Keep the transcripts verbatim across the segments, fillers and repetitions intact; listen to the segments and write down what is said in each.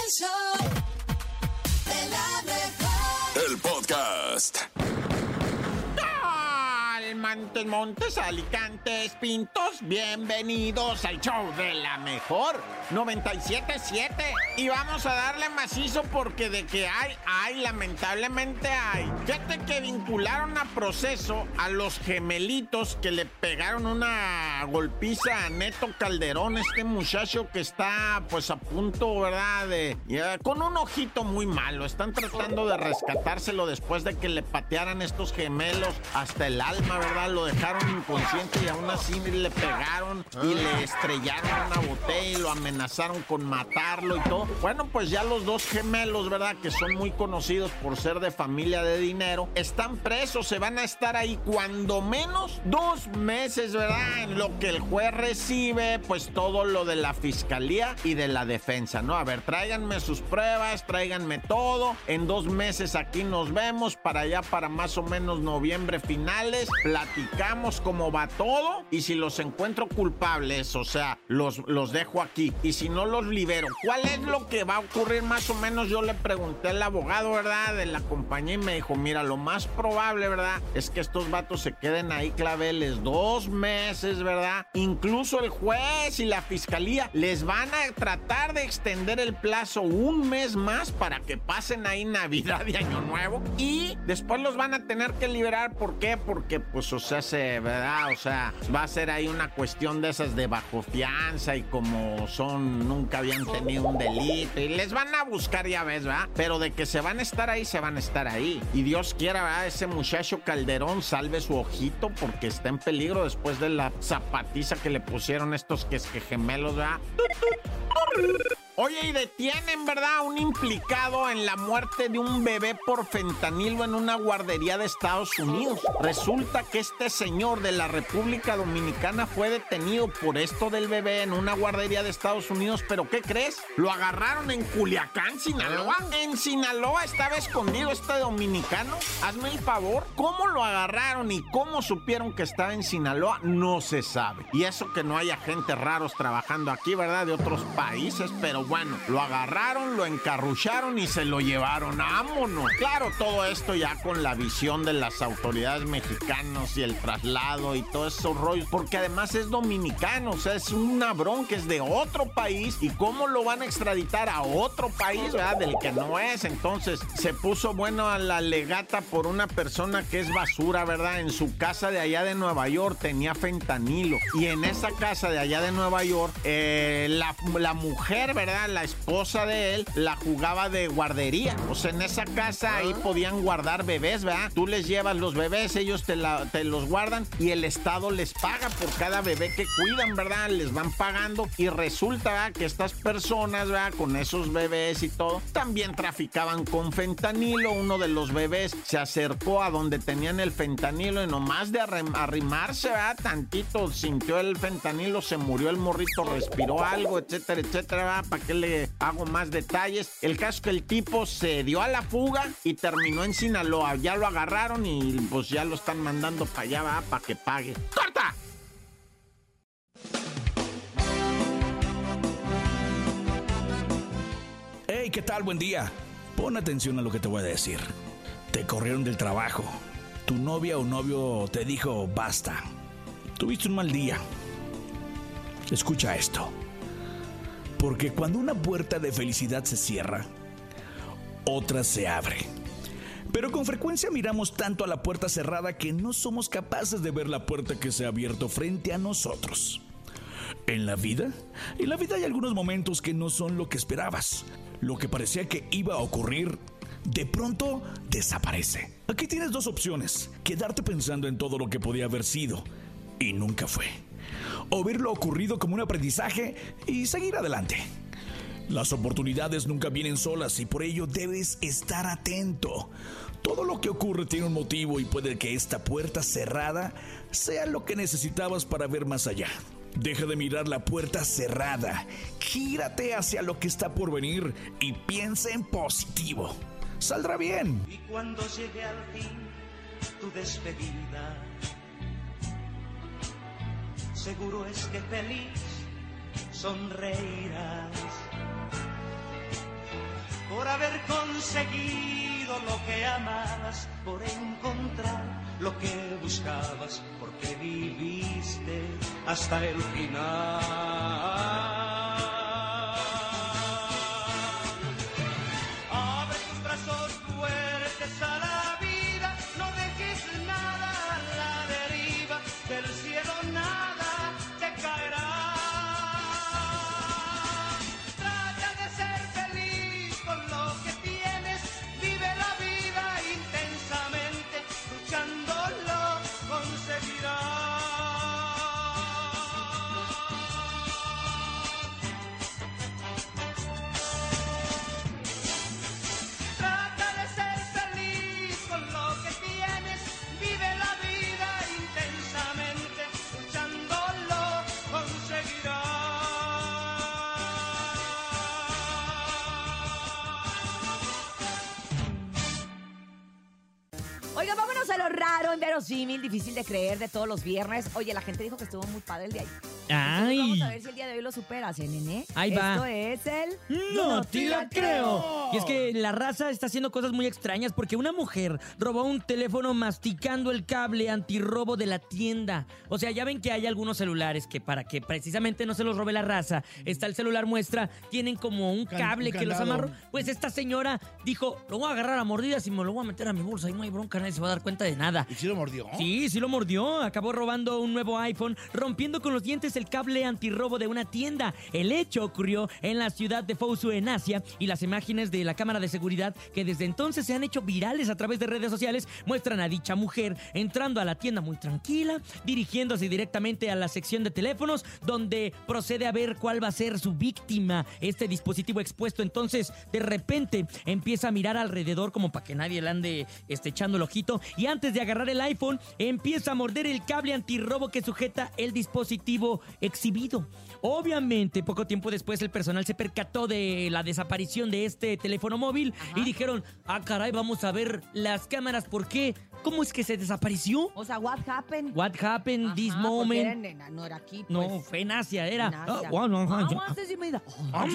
El show de la mejor. El podcast. Montes, Montes, Alicantes, Pintos, bienvenidos al show de la mejor noventa y siete punto siete. Y vamos a darle macizo porque de que hay, hay, lamentablemente hay. Fíjate que vincularon a proceso a los gemelitos que le pegaron una golpiza a Neto Calderón, este muchacho que está pues a punto, ¿verdad? De, ya, con un ojito muy malo. Están tratando de rescatárselo después de que le patearan estos gemelos hasta el alma, ¿verdad? Lo dejaron inconsciente y aún así le pegaron y le estrellaron una botella y lo amenazaron con matarlo y todo. Bueno, pues ya los dos gemelos, ¿verdad? Que son muy conocidos por ser de familia de dinero, están presos, se van a estar ahí cuando menos dos meses, ¿verdad? En lo que el juez recibe, pues todo lo de la fiscalía y de la defensa, ¿no? A ver, tráiganme sus pruebas, tráiganme todo. En dos meses aquí nos vemos, para allá, para más o menos noviembre finales, platicamos cómo va todo y si los encuentro culpables, o sea, los, los dejo aquí y si no los libero. ¿Cuál es lo que va a ocurrir más o menos? Yo le pregunté al abogado, ¿verdad? De la compañía y me dijo, mira, lo más probable, ¿verdad? Es que estos vatos se queden ahí claveles dos meses, ¿verdad? Incluso el juez y la fiscalía les van a tratar de extender el plazo un mes más para que pasen ahí Navidad y Año Nuevo y después los van a tener que liberar. ¿Por qué? Porque pues, o sea, se, ¿verdad? O sea, va a ser ahí una cuestión de esas de bajo fianza y como son, nunca habían tenido un delito y les van a buscar, ya ves, ¿verdad? Pero de que se van a estar ahí, se van a estar ahí. Y Dios quiera, ¿verdad? Ese muchacho Calderón salve su ojito porque está en peligro después de la zapatiza que le pusieron estos que es que gemelos, ¿verdad? Oye, y detienen, ¿verdad?, a un implicado en la muerte de un bebé por fentanilo en una guardería de Estados Unidos. Resulta que este señor de la República Dominicana fue detenido por esto del bebé en una guardería de Estados Unidos, pero ¿qué crees? Lo agarraron en Culiacán, Sinaloa. En Sinaloa estaba escondido este dominicano. Hazme el favor. ¿Cómo lo agarraron y cómo supieron que estaba en Sinaloa? No se sabe. Y eso que no hay agentes raros trabajando aquí, ¿verdad?, de otros países, pero bueno, lo agarraron, lo encarrucharon y se lo llevaron. ¡Vámonos! Claro, todo esto ya con la visión de las autoridades mexicanas y el traslado y todos esos rollos, porque además es dominicano, o sea, es una bronca, es de otro país. ¿Y cómo lo van a extraditar a otro país, verdad?, del que no es? Entonces, se puso bueno a la legata por una persona que es basura, ¿verdad? En su casa de allá de Nueva York tenía fentanilo. Y en esa casa de allá de Nueva York, eh, la, la mujer, ¿verdad?, la esposa de él, la jugaba de guardería. O sea, en esa casa ahí podían guardar bebés, ¿verdad? Tú les llevas los bebés, ellos te, la, te los guardan y el Estado les paga por cada bebé que cuidan, ¿verdad? Les van pagando y resulta, ¿verdad?, que estas personas, ¿verdad?, con esos bebés y todo, también traficaban con fentanilo. Uno de los bebés se acercó a donde tenían el fentanilo y nomás de arrimarse, ¿verdad?, tantito, sintió el fentanilo, se murió el morrito, respiró algo, etcétera, etcétera, ¿verdad? ¿Para qué le hago más detalles? El caso es que el tipo se dio a la fuga y terminó en Sinaloa. Ya lo agarraron y pues ya lo están mandando para allá, ¿verdad?, para que pague. ¡Corta! Hey, ¿qué tal? Buen día. Pon atención a lo que te voy a decir. Te corrieron del trabajo. Tu novia o novio te dijo basta. Tuviste un mal día. Escucha esto. Porque cuando una puerta de felicidad se cierra, otra se abre. Pero con frecuencia miramos tanto a la puerta cerrada que no somos capaces de ver la puerta que se ha abierto frente a nosotros. En la vida, en la vida hay algunos momentos que no son lo que esperabas. Lo que parecía que iba a ocurrir, de pronto desaparece. Aquí tienes dos opciones: quedarte pensando en todo lo que podía haber sido y nunca fue, o ver lo ocurrido como un aprendizaje y seguir adelante. Las oportunidades nunca vienen solas y por ello debes estar atento. Todo lo que ocurre tiene un motivo y puede que esta puerta cerrada sea lo que necesitabas para ver más allá. Deja de mirar la puerta cerrada, gírate hacia lo que está por venir y piensa en positivo. Saldrá bien. Y cuando llegue al fin tu despedida, seguro es que feliz sonreirás. por haber conseguido lo que amabas, por encontrar lo que buscabas, porque viviste hasta el final. Abre tus brazos fuertes a la vida, no dejes nada a la deriva, del cielo nada te caerá. Trata de ser feliz con lo que tienes, vive la vida intensamente, luchando lo conseguirás. Trata de ser feliz con lo que tienes, vive la vida intensamente, luchando lo conseguirás. Oiga, vámonos a lo raro, inverosímil, difícil de creer de todos los viernes. Oye, la gente dijo que estuvo muy padre el día de ayer. ¡Ay! Vamos a ver si el día de hoy lo superas, ¿eh, nene? Ahí va. Esto es el... ¡No te la creo! Y es que la raza está haciendo cosas muy extrañas porque una mujer robó un teléfono masticando el cable antirrobo de la tienda. O sea, ya ven que hay algunos celulares que para que precisamente no se los robe la raza, está el celular muestra, tienen como un Can- cable un que los candado. amarró. Pues esta señora dijo, lo voy a agarrar a mordidas y me lo voy a meter a mi bolsa y no hay bronca, nadie se va a dar cuenta de nada. ¿Y si lo mordió? Sí, sí lo mordió. Acabó robando un nuevo iPhone, rompiendo con los dientes el cable antirrobo de una tienda. El hecho ocurrió en la ciudad de Fuzhou, en Asia, y las imágenes de la cámara de seguridad, que desde entonces se han hecho virales a través de redes sociales, muestran a dicha mujer entrando a la tienda muy tranquila, dirigiéndose directamente a la sección de teléfonos, donde procede a ver cuál va a ser su víctima. Este dispositivo expuesto, entonces, de repente empieza a mirar alrededor como para que nadie le ande este, echando el ojito, y antes de agarrar el iPhone, empieza a morder el cable antirrobo que sujeta el dispositivo exhibido. Obviamente, poco tiempo después, el personal se percató de la desaparición de este teléfono móvil. Ajá. Y dijeron, ah, caray, vamos a ver las cámaras, ¿por qué? ¿Cómo es que se desapareció? O sea, what happened? What happened Ajá, this porque moment? era en- en- no era aquí, pues. No, fue en Asia, era. En Asia. Ah, bueno, ajá, Ah, antes sí me da-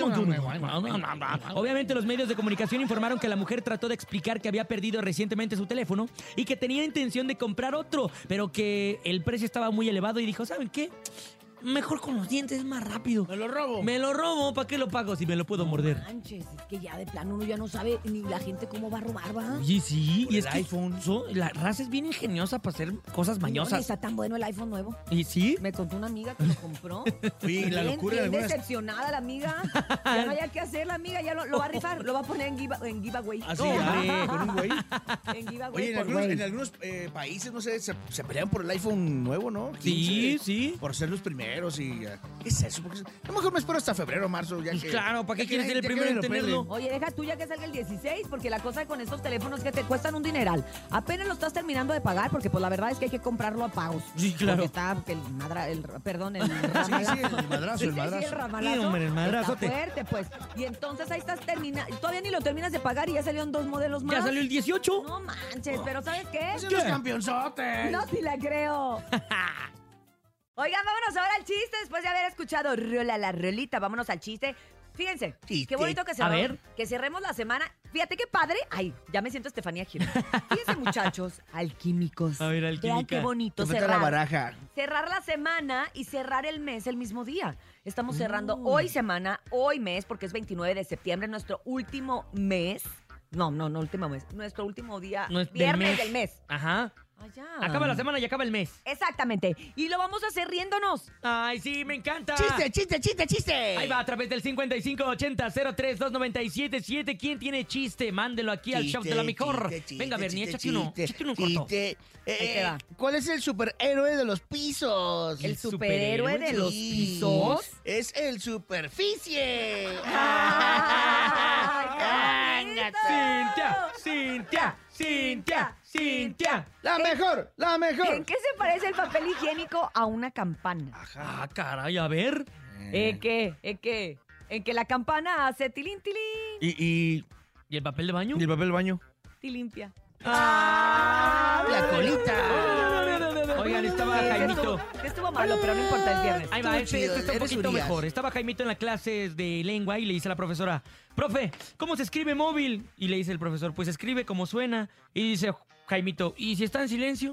Obviamente los medios de comunicación informaron que la mujer trató de explicar que había perdido recientemente su teléfono y que tenía intención de comprar otro, pero que el precio estaba muy elevado y dijo, ¿saben qué? Mejor con los dientes, es más rápido. Me lo robo. Me lo robo, ¿para qué lo pago si me lo puedo morder? Manches, es que ya de plano uno ya no sabe ni la gente cómo va a robar, ¿va? Oye, sí, Por y el es que iPhone. so- la raza es bien ingeniosa para hacer cosas No, mañosas. está tan bueno el iPhone nuevo. ¿Y sí? Me contó una amiga que lo compró. Oye, la Bien, locura de bien algunas... decepcionada la amiga. Ya no hay qué hacer la amiga, ya lo, lo va a rifar, lo va a poner en, giva- en giveaway. Así, Hombre. ah, con un güey. En giveaway Oye, en por algunos, güey. en algunos eh, países, no sé, se, se pelean por el iPhone nuevo, ¿no? Sí, quince, sí. Por ser los primeros y... eh, ¿qué es eso? Porque, a lo mejor me espero hasta febrero o marzo. Ya Pues que, claro, ¿para qué ya quieres que- ser el ya que primero en nadie lo tenerlo? pele. Oye, deja tuya que salga el dieciséis, porque la cosa con estos teléfonos es que te cuestan un dineral. Apenas lo estás terminando de pagar, porque pues la verdad es que hay que comprarlo a pagos. Sí, claro. Porque está, porque el madra, el, perdón, el Sí, ramalazo. sí, el madrazo, el Sí, sí, madrazo. el ramalazo. Sí, hombre, el madrazote. Está fuerte, pues. Y entonces ahí estás terminando, todavía ni lo terminas de pagar y ya salieron dos modelos más. ¿Ya salió el dieciocho? No manches, pero ¿sabes qué? ¡Son los campeonzotes! No, si la creo. Oigan, vámonos ahora al chiste. Después de haber escuchado Rola la Rolita, vámonos al chiste. Fíjense, Chiste. qué bonito que, A cerramos, ver. que cerremos la semana. Fíjate qué padre. Ay, ya me siento Estefanía Gil. Fíjense, muchachos, alquímicos. A ver, Vean alquímica. qué bonito Te falta la cerrar. baraja. Cerrar la semana y cerrar el mes el mismo día. Estamos cerrando hoy semana, hoy mes, porque es veintinueve de septiembre, nuestro último mes. No, no, no último mes. Nuestro último día, No es del viernes mes. del mes. Ajá. Allá. Acaba la semana y acaba el mes. Exactamente. Y lo vamos a hacer riéndonos. Ay, sí, me encanta. ¡Chiste, chiste, chiste, chiste! Ahí va, a través del cincuenta y cinco ochenta cero tres dos noventa y siete siete. ¿Quién tiene chiste? Mándelo aquí al show de la mejor. Chiste, chiste, Venga, Bernie, chiste, échate uno. chiste, Échate uno corto. chiste. Eh, Ahí te va. ¿Cuál es el superhéroe de los pisos? El superhéroe de los Sí. pisos. Es el superficie. ¡Ay, qué bonito! Cintia, Cintia, Cintia, Cintia. La mejor, la mejor. ¿En qué se parece el papel higiénico a una campana? Ah, caray, a ver. ¿En qué? ¿En qué? En que la campana hace tilín, tilín, ¿Y, y, ¿Y el papel de baño? y el papel de baño? y limpia. La colita. Oigan, Oigan, estaba Sí, sí Jaimito. estuvo, sí estuvo malo, pero no importa, es viernes. Ahí va, Estuvo este, chido, este está un eres poquito Urias. mejor. Estaba Jaimito en las clases de lengua y le dice a la profesora, profe, ¿cómo se escribe móvil? Y le dice el profesor, pues escribe como suena. Y dice Jaimito, ¿y si está en silencio?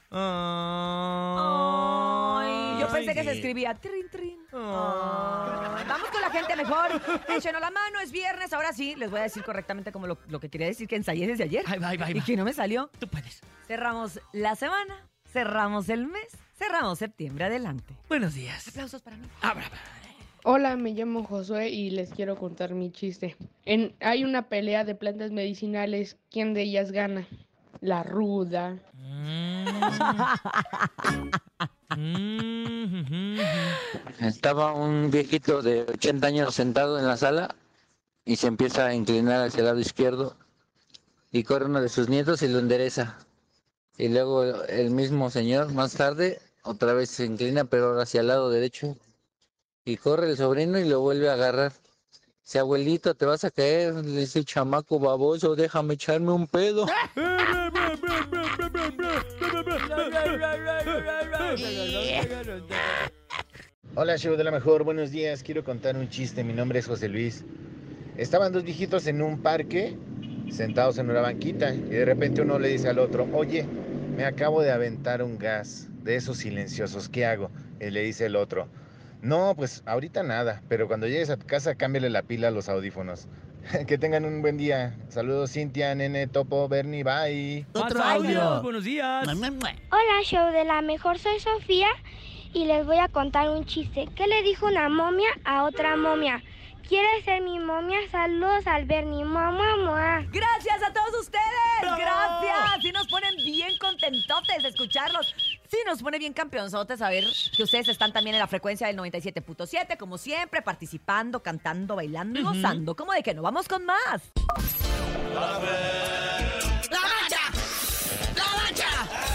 Ay, yo pensé que se Ay. escribía trin, trin. Ay, vamos con la gente mejor. Échenos la mano, es viernes. Ahora sí, les voy a decir correctamente como lo, lo que quería decir que ensayé desde ayer. Ahí va, ahí va, ahí Y va. que no me salió. Tú puedes. Cerramos la semana, cerramos el mes, cerramos septiembre. Adelante. Buenos días. Aplausos para mí. Ah, bravo. Hola, me llamo Josué y les quiero contar mi chiste. En, hay una pelea de plantas medicinales. ¿Quién de ellas gana? La ruda. Mm. Estaba un viejito de ochenta años sentado en la sala y se empieza a inclinar hacia el lado izquierdo y corre uno de sus nietos y lo endereza. Y luego el mismo señor más tarde otra vez se inclina pero ahora hacia el lado derecho y corre el sobrino y lo vuelve a agarrar. Dice, abuelito, te vas a caer. Le dice, chamaco baboso, déjame echarme un pedo. Hola, show de la mejor, buenos días. Quiero contar un chiste. Mi nombre es José Luis. Estaban dos viejitos en un parque, sentados en una banquita, y de repente uno le dice al otro, oye, me acabo de aventar un gas de esos silenciosos, ¿qué hago? Y le dice el otro, no, pues ahorita nada, pero cuando llegues a tu casa cámbiale la pila a los audífonos. Que tengan un buen día. Saludos, Cintia, Nene, Topo, Bernie, bye. Otro Más audio. audios, buenos días. Hola, show de la mejor, soy Sofía y les voy a contar un chiste. ¿Qué le dijo una momia a otra momia? ¿Quieres ser mi momia? Saludos al Bernie, mamá, mamá. Gracias a todos ustedes. ¡Bravo! Gracias. Sí nos ponen bien contentotes de escucharlos. Sí nos pone bien campeonzotes saber que ustedes están también en la frecuencia del noventa y siete punto siete, como siempre, participando, cantando, bailando y Ujú. gozando. ¿Cómo de que no? Vamos con más. ¡La bacha! ¡La bacha! ¡La bacha!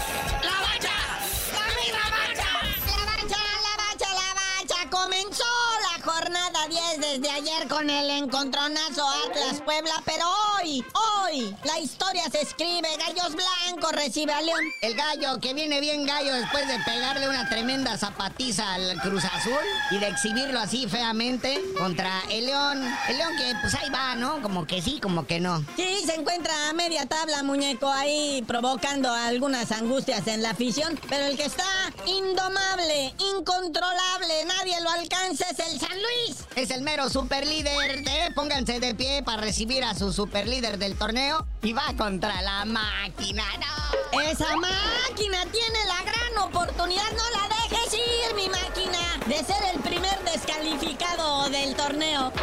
¡La misma bacha! La bacha, la bacha, la bacha. Comenzó la jornada diez desde ayer con el encontronazo Atlas Puebla, pero hoy, hoy, la historia se escribe. Gallos Blancos recibe a León. El gallo que viene bien gallo después de pegarle una tremenda zapatiza al Cruz Azul y de exhibirlo así feamente contra el León. El León que pues ahí va, ¿no? Como que sí, como que no. Sí, se encuentra a media tabla, muñeco, ahí provocando algunas angustias en la afición, pero el que está indomable, incontrolable, nadie lo alcanza, es el San Luis. Es el mero superlíder. ¿eh? Pónganse de pie para recibir a su superlíder del torneo y va contra la máquina. ¡No! Esa máquina tiene la gran oportunidad, no la dejes ir, mi máquina, de ser el primer descalificado del torneo.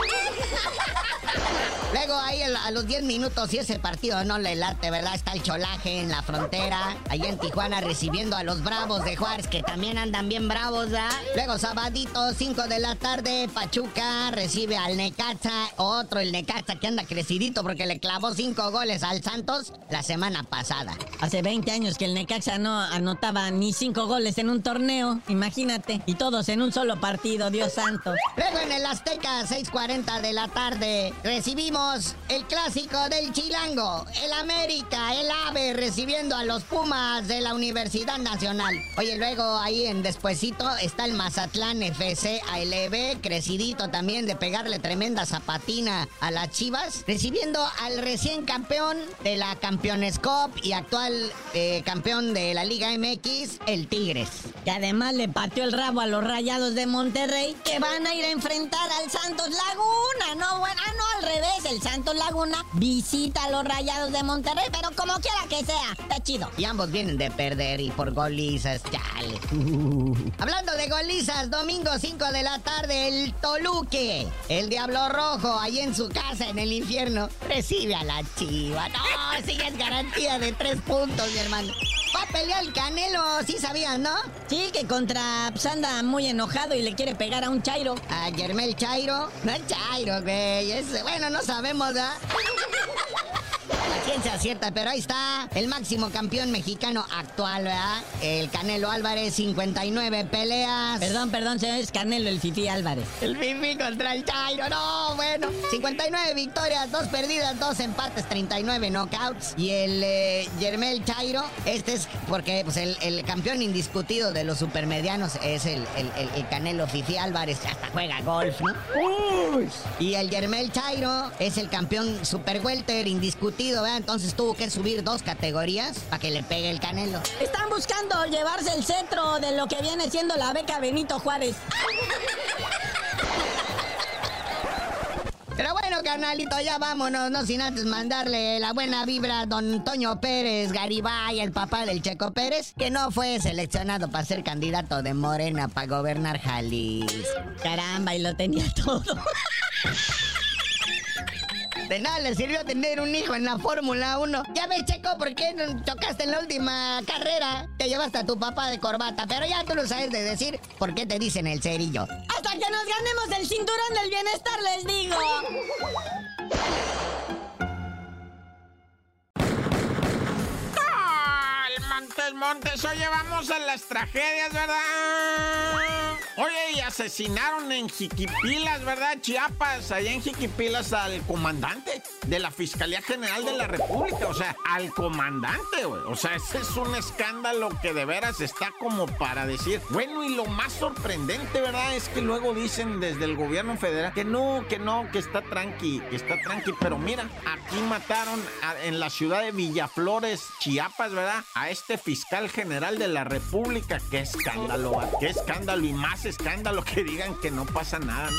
Luego ahí a a los diez minutos, y ese partido no le late, ¿verdad? Está el cholaje en la frontera, allá en Tijuana recibiendo a los Bravos de Juárez, que también andan bien bravos, ¿verdad? Luego sabadito, cinco de la tarde, Pachuca recibe al Necaxa, otro el Necaxa que anda crecidito porque le clavó cinco goles al Santos la semana pasada. Hace veinte años que el Necaxa no anotaba ni cinco goles en un torneo, imagínate, y todos en un solo partido, Dios santo. Luego en el Azteca, seis cuarenta de la tarde, recibimos el clásico del Chilango, el América, el AVE, recibiendo a los Pumas de la Universidad Nacional. Oye, luego ahí en despuesito está el Mazatlán F C A L B, crecidito también de pegarle tremenda zapatina a las Chivas, recibiendo al recién campeón de la Campeones Cup y actual eh, campeón de la Liga M X, el Tigres. Que además le pateó el rabo a los Rayados de Monterrey, que van a ir a enfrentar al Santos Laguna. No, bueno, ah, no, al revés, el Santos Laguna visita a los Rayados de Monterrey, pero como quiera que sea, está chido. Y ambos vienen de perder y por golizas, chale. Hablando de golizas, domingo cinco de la tarde, el Toluque, el Diablo Rojo, ahí en su casa en el infierno, recibe a la Chiva. No, sí es garantía de tres puntos, mi hermano. Va a pelear el Canelo, sí sabían, ¿no? Sí, que contra pues, anda muy enojado y le quiere pegar a un Chairo. ¿A Yermel Chairo? No es Chairo, güey. Es, bueno, no sabemos, ¿verdad? La ciencia acierta, pero ahí está el máximo campeón mexicano actual, ¿verdad? El Canelo Álvarez, cincuenta y nueve peleas. Perdón, perdón, señor, es Canelo, el Fifi Álvarez. El Fifi contra el Chairo, no, bueno. cincuenta y nueve victorias, dos perdidas, dos empates, treinta y nueve knockouts. Y el eh, Yermel Chairo, este es porque pues, el, el campeón indiscutido de los supermedianos es el, el, el, el Canelo Fifi Álvarez, que hasta juega golf, ¿no? Uy. Y el Yermel Chairo es el campeón super welter indiscutido, ¿verdad? Entonces tuvo que subir dos categorías para que le pegue el Canelo. Están buscando llevarse el cetro de lo que viene siendo la beca Benito Juárez. Pero bueno, carnalito, ya vámonos, no sin antes mandarle la buena vibra a don Toño Pérez Garibay, el papá del Checo Pérez, que no fue seleccionado para ser candidato de Morena para gobernar Jalisco. Caramba, y lo tenía todo. De nada le sirvió tener un hijo en la Fórmula uno. Ya ves, Checo, ¿por qué no chocaste en la última carrera? Te llevaste a tu papá de corbata, pero ya tú lo sabes de decir por qué te dicen el cerillo. Hasta que nos ganemos el cinturón del bienestar, les digo. Montes, Montes, oye, vamos a las tragedias, ¿verdad? Oye, y asesinaron en Jiquipilas, ¿verdad? Chiapas, allá en Jiquipilas al comandante de la Fiscalía General de la República, o sea, al comandante, güey. O sea, ese es un escándalo que de veras está como para decir. Bueno, y lo más sorprendente, ¿verdad? Es que luego dicen desde el gobierno federal que no, que no, que está tranqui, que está tranqui. Pero mira, aquí mataron a, en la ciudad de Villaflores, Chiapas, ¿verdad? A este fiscal general de la República. Qué escándalo, ¿verdad? Qué escándalo y más escándalo que digan que no pasa nada,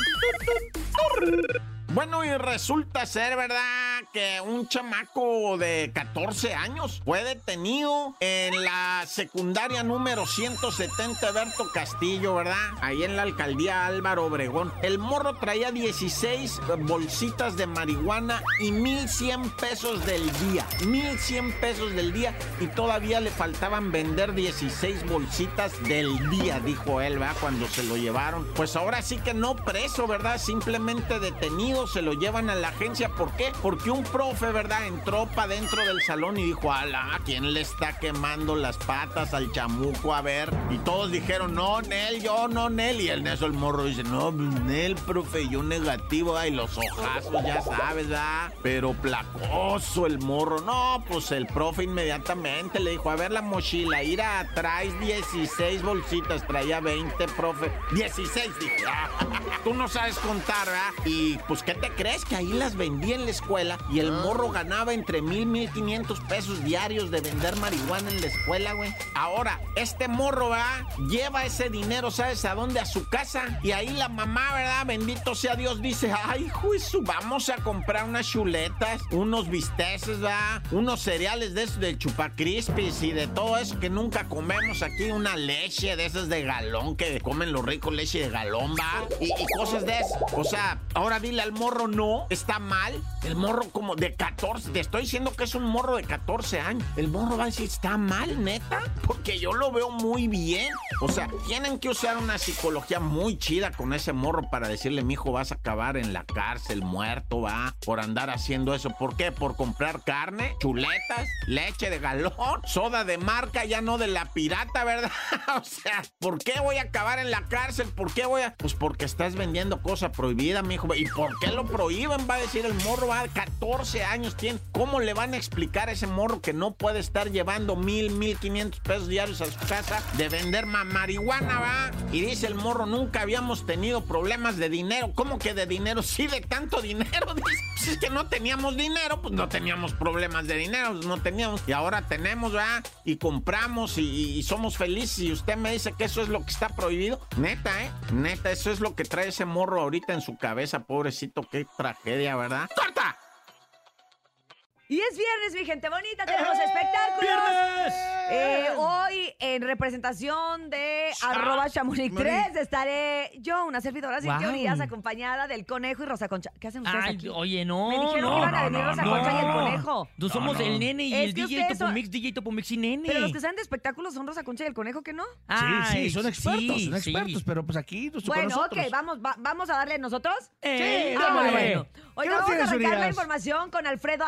¿no? Bueno, y resulta ser, ¿verdad?, que un chamaco de catorce años fue detenido en la secundaria número ciento setenta Berto Castillo, ¿verdad? Ahí en la alcaldía Álvaro Obregón. El morro traía dieciséis bolsitas de marihuana y mil cien pesos del día. mil cien pesos del día y todavía le faltaban vender dieciséis bolsitas del día, dijo él, ¿verdad?, cuando se lo llevaron. Pues ahora sí que no preso, ¿verdad?, simplemente detenido. Se lo llevan a la agencia. ¿Por qué? Porque un profe, ¿verdad?, entró para dentro del salón y dijo, ala, ¿quién le está quemando las patas al chamuco? A ver. Y todos dijeron, no, Nel, yo, no, Nel. Y en eso el morro dice, no, Nel, profe, yo negativo. Ay, los ojazos, ya sabes, ¿verdad? Pero placoso el morro. No, pues el profe inmediatamente le dijo, a ver la mochila, ira, traes dieciséis bolsitas. Traía veinte, profe. dieciséis, dije. Tú no sabes contar, ¿verdad? Y pues, ¿qué te crees? Que ahí las vendía en la escuela y el morro ganaba entre mil, mil quinientos pesos diarios de vender marihuana en la escuela, güey. Ahora, este morro, ¿verdad?, lleva ese dinero, ¿sabes a dónde? A su casa. Y ahí la mamá, ¿verdad?, bendito sea Dios, dice, ay, juicio, vamos a comprar unas chuletas, unos bisteces, ¿verdad?, unos cereales de esos de chupacrispis y de todo eso que nunca comemos aquí, una leche de esas de galón que comen los ricos, leche de galón, ¿va? Y, y cosas de eso. O sea, ahora dile al morro, no, está mal. El morro como de catorce, te estoy diciendo que es un morro de catorce años. El morro va a decir, ¿está mal, neta? Porque yo lo veo muy bien. O sea, tienen que usar una psicología muy chida con ese morro para decirle, mijo, vas a acabar en la cárcel, muerto, va, por andar haciendo eso. ¿Por qué? Por comprar carne, chuletas, leche de galón, soda de marca, ya no de la pirata, ¿verdad? O sea, ¿por qué voy a acabar en la cárcel? ¿Por qué voy a...? Pues porque estás vendiendo cosa prohibida, mijo. ¿Y por qué lo prohíben? Va a decir el morro, va, catorce años tiene. ¿Cómo le van a explicar a ese morro que no puede estar llevando mil, mil quinientos pesos diarios a su casa de vender ma marihuana, va? Y dice el morro, nunca habíamos tenido problemas de dinero. ¿Cómo que de dinero? Sí, de tanto dinero. Dice, pues es que no teníamos dinero, pues no teníamos problemas de dinero, pues no teníamos. Y ahora tenemos, va, y compramos y, y somos felices. Y usted me dice que eso es lo que está prohibido. Neta, ¿eh? Neta, eso es lo que trae ese morro ahorita en su cabeza, pobrecito. Qué tragedia, ¿verdad? ¡Corta! Y es viernes, mi gente bonita, tenemos espectáculos. ¡Viernes! Eh, hoy, en representación de arroba Chamonix tres, estaré yo, una servidora sin Wow. teorías, acompañada del Conejo y Rosa Concha. ¿Qué hacen ustedes Ay, aquí? oye, no, Me dijeron no, que iban a no, venir no, Rosa no. Concha y el Conejo. Tú somos No, no. el nene y Es el que D J ustedes son- Topomix, D J Topomix y nene. Pero los que saben de espectáculos son Rosa Concha y el Conejo, ¿que no? Sí, sí, son Ay, expertos, sí, son expertos, sí. pero pues aquí nos tocó a Bueno, nosotros. ok, vamos, va- vamos a darle nosotros. Eh, Ah, dámosle. bueno. Oiga, ¿Qué vamos a tienes, arrancar la Urias? información con Alfredo Adame. Chamonix.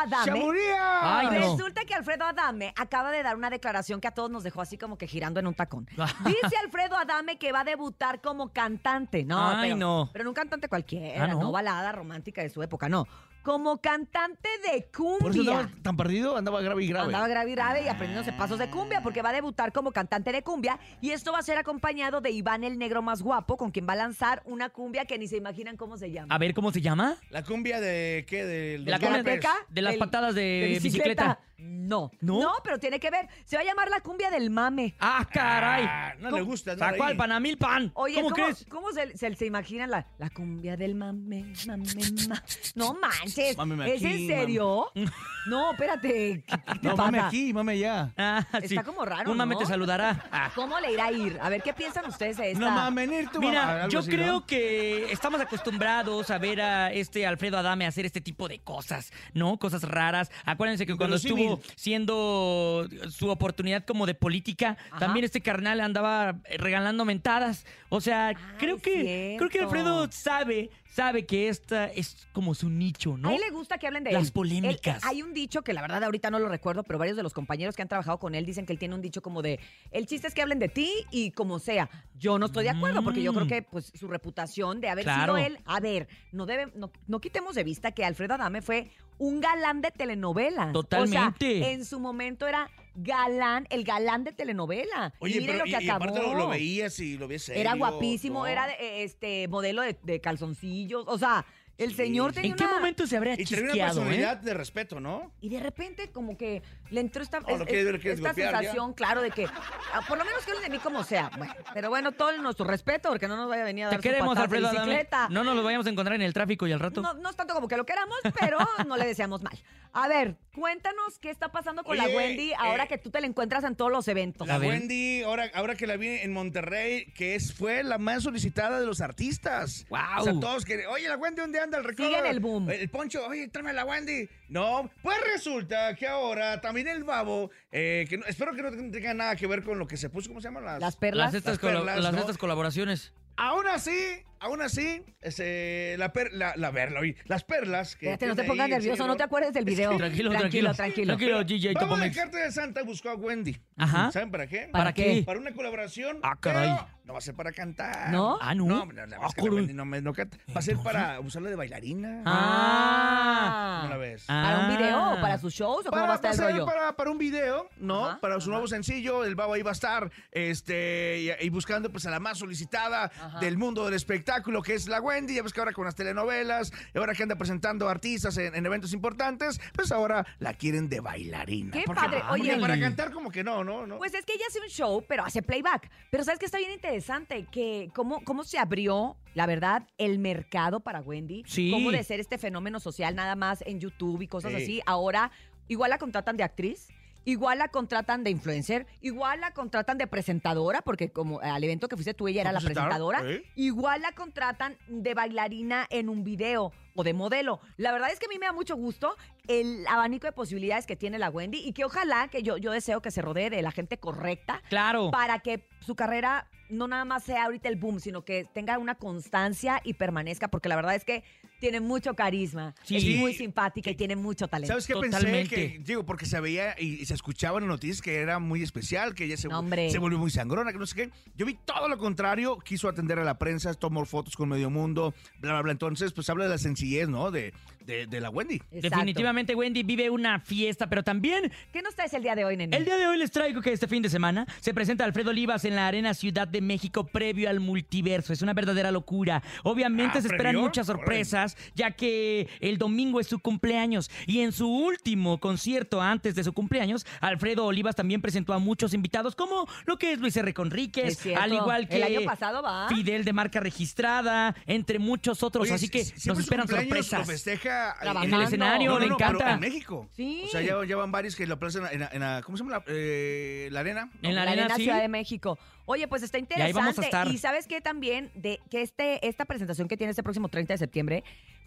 Urias! Ay, no. Resulta que Alfredo Adame acaba de dar una declaración que a todos nos dejó así como que girando en un tacón. Dice Alfredo Adame que va a debutar como cantante. No, Ay, pero, no. pero no un cantante cualquiera, Ah, ¿no? ¿no? balada romántica de su época, no. Como cantante de cumbia. Por eso andaba tan perdido, andaba grave y grave. Andaba grave y grave y aprendiéndose pasos de cumbia porque va a debutar como cantante de cumbia y esto va a ser acompañado de Iván el Negro Más Guapo, con quien va a lanzar una cumbia que ni se imaginan cómo se llama. A ver, ¿cómo se llama? ¿La cumbia de qué? ¿De, De la cumbia de, de las Del- patadas de, ¿De bicicleta. No. ¿No? No, pero tiene que ver. Se va a llamar la cumbia del mame. ¡Ah, caray! Ah, no le gusta. No Sacó al panamil pan. Oye, ¿Cómo, ¿cómo, crees? ¿cómo se, se, se imaginan la, la cumbia del mame, mame, ma? No manches. Mámeme ¿Es aquí, en serio? No, espérate. ¿Qué, qué te No, pasa? mame aquí, mame allá. Ah, Está sí. como raro, Un mame ¿no? te saludará. Ah. ¿Cómo le irá a ir? A ver, ¿qué piensan ustedes de esta? No mames, ir tú. Mira, algo yo así, creo ¿no? que estamos acostumbrados a ver a este Alfredo Adame hacer este tipo de cosas, ¿no? Cosas raras. Acuérdense que cuando Verosímil. estuvo siendo su oportunidad como de política, Ajá. también este carnal andaba regalando mentadas. O sea, creo es que creo que cierto. Alfredo sabe, sabe que esta es como su nicho, ¿no? A él le gusta que hablen de Las él. polémicas. Él- hay un dicho que la verdad ahorita no lo recuerdo, pero varios de los compañeros que han trabajado con él dicen que él tiene un dicho como de, el chiste es que hablen de ti y como sea. Yo no estoy de acuerdo porque yo creo que pues su reputación de haber Claro. sido él, a ver, no debe, no, no quitemos de vista que Alfredo Adame fue un galán de telenovelas. Totalmente. O sea, en su momento era galán, el galán de telenovela. Oye, y miren pero lo y, que y acabó. aparte lo, lo veías y lo veías serio. Era guapísimo, ¿no? era de, eh, este modelo de, de calzoncillos, o sea, el señor tenía ¿En qué una- momento se habría Y tenía una chisqueado, eh? personalidad de respeto, ¿no? Y de repente como que le entró esta, No, lo es- quieres- es- lo quieres esta golpear ya. sensación, claro, de que ah, por lo menos que hablen de mí como sea. Bueno, pero bueno, todo nuestro respeto porque no nos vaya a venir a Te dar su queremos, patada de Alfredo Adame. bicicleta. No nos lo vayamos a encontrar en el tráfico y al rato. No, no es tanto como que lo queramos, pero no le deseamos mal. A ver, cuéntanos qué está pasando con la Oye, Wendy ahora eh, que tú te la encuentras en todos los eventos. La Wendy, ahora, ahora que la vi en Monterrey, que es, fue la más solicitada de los artistas. ¡Guau! O sea, todos que, oye, la Wendy, ¿dónde anda el recodo? Sigue en el boom. El Poncho, oye, tráeme a la Wendy. No, pues resulta que ahora también el Babo, eh, que no- espero que no tenga nada que ver con lo que se puso, ¿cómo se llaman? Las, Las perlas. Las estas, Las colo- perlas, las ¿no? estas colaboraciones. Aún así, aún así, ese, la, per, la, la verla, oye, las perlas. Que Espérate, no te tiene pongas ahí el nervioso, siglo. no te acuerdes del video. Tranquilo, tranquilo. tranquilo. Tranquilo, G J Vamos de Topomex. Carta de Santa buscó a Wendy. Ajá. ¿Saben para qué? ¿Para qué? Para una colaboración. Ah, caray. pero no va a ser para cantar. ¿No? Ah, ¿no? No, la verdad Ah, es que la caray. Wendy no, me- no canta. Va a ser para usarla de bailarina. Ah. ¿Cómo la ves? ¿Para un Ah. video o para sus shows o cómo va a estar el ser rollo? para, para un video, ¿no? Ajá, para su ajá. nuevo sencillo, el Babo ahí va a estar este, y, y buscando pues a la más solicitada Ajá. del mundo del espectáculo, que es la Wendy. Ya ves que ahora con las telenovelas, y ahora que anda presentando artistas en, en eventos importantes, pues ahora la quieren de bailarina. ¡Qué Porque- padre! porque Oye, para cantar como que no, ¿no? no. Pues es que ella hace un show, pero hace playback. Pero ¿sabes qué está bien interesante? Que cómo, cómo se abrió, la verdad, el mercado para Wendy. Sí. Cómo de ser este fenómeno social nada más en YouTube y cosas Sí. así. Ahora, igual la contratan de actriz. Igual la contratan de influencer, igual la contratan de presentadora, porque como al evento que fuiste tú, ella era la presentaron? presentadora. ¿Eh? Igual la contratan de bailarina en un video o de modelo. La verdad es que a mí me da mucho gusto el abanico de posibilidades que tiene la Wendy y que ojalá que yo, yo deseo que se rodee de la gente correcta Claro. para que su carrera no nada más sea ahorita el boom, sino que tenga una constancia y permanezca, porque la verdad es que tiene mucho carisma, Sí. es muy simpática y tiene mucho talento. ¿Sabes qué Totalmente. pensé? Que, digo, porque se veía y, y se escuchaba en las noticias que era muy especial, que ella se, No, hombre. se volvió muy sangrona, que no sé qué. Yo vi todo lo contrario, quiso atender a la prensa, tomó fotos con medio mundo, bla, bla, bla. Entonces, pues habla de la sencillez, ¿no? De, de, de la Wendy. Exacto. Definitivamente Wendy vive una fiesta, pero también ¿Qué nos traes el día de hoy, nene? el día de hoy les traigo que este fin de semana se presenta Alfredo Olivas en la Arena Ciudad de México previo al multiverso. Es una verdadera locura. Obviamente Ah, se esperan ¿previo? muchas sorpresas, ya que el domingo es su cumpleaños. Y en su último concierto antes de su cumpleaños, Alfredo Olivas también presentó a muchos invitados, como lo que es Luis R. Es Conríquez, cierto. al igual que El año pasado, ¿va? Fidel de marca registrada, entre muchos otros. Oye, Así que si- siempre nos su esperan cumpleaños Lo sorpresas. festeja Trabajando. En el escenario, No, no, le no, pero encanta. en México. Sí. O sea, ya, ya van varios que lo aplazan en, la- en la- ¿cómo se llama? La, eh, la arena. ¿no? En la la arena, Arena sí. Ciudad de México. Oye, pues está ahí interesante. vamos a estar. Y sabes qué también, de que este, esta presentación que tiene este próximo treinta de septiembre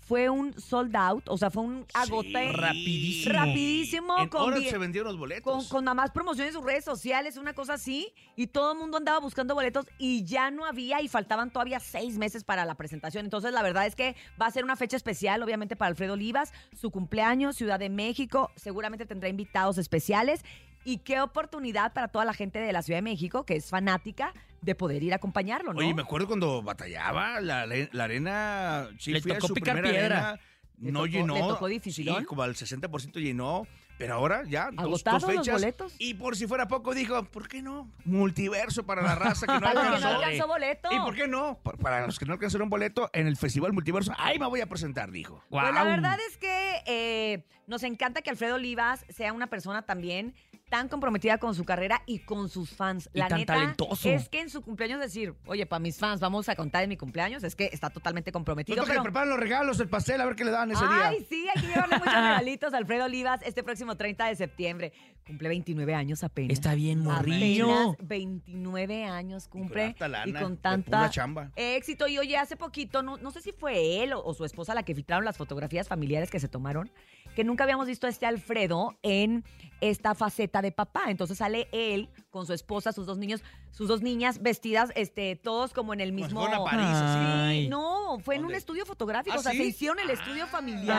fue un sold out, o sea, fue un agote. Sí, rapidísimo. Rapidísimo. En con horas die- se vendieron los boletos. Con, con nada más promociones en sus redes sociales, una cosa así, y todo el mundo andaba buscando boletos y ya no había y faltaban todavía seis meses para la presentación. Entonces, la verdad es que va a ser una fecha especial, obviamente, para Alfredo Olivas, su cumpleaños, Ciudad de México, seguramente tendrá invitados especiales. Y qué oportunidad para toda la gente de la Ciudad de México, que es fanática, de poder ir a acompañarlo, ¿no? Oye, me acuerdo cuando batallaba la, are- la arena. Sí, Le fui a tocó su picar primera piedra. arena, Le no tocó- llenó. le tocó dificilón. Sí, como al sesenta por ciento llenó. Pero ahora ya, dos, ¿Agotados dos los fechas. boletos? Y por si fuera poco, dijo, ¿por qué no? Multiverso para la raza que no Para los que no alcanzó. alcanzó boleto. ¿Y por qué no? Pa- Para los que no alcanzaron boleto, en el Festival Multiverso, ahí me voy a presentar, dijo. Pues la verdad es que eh, nos encanta que Alfredo Olivas sea una persona también tan comprometida con su carrera y con sus fans. Y La tan neta talentoso. es que en su cumpleaños decir, oye, para mis fans vamos a contar en mi cumpleaños, es que está totalmente comprometido. Nosotros que Pero... le preparan los regalos, el pastel, a ver qué le dan ese Ay, día. sí, hay que llevarle muchos regalitos a Alfredo Olivas este próximo treinta de septiembre. Cumple veintinueve años apenas. Está bien morrillo. Apenas veintinueve años cumple. Y con harta lana, y con de tanta pura chamba. éxito. Y oye, hace poquito, no, no sé si fue él o, o su esposa la que filtraron las fotografías familiares que se tomaron, que nunca habíamos visto a este Alfredo en esta faceta de papá. Entonces sale él con su esposa, sus dos niños, sus dos niñas vestidas, este, todos como en el Como si mismo. fueran a París, así. Ay. Sí, no, fue en un ¿Dónde? estudio fotográfico. ¿Ah, o sea, sí? se hicieron el estudio familiar.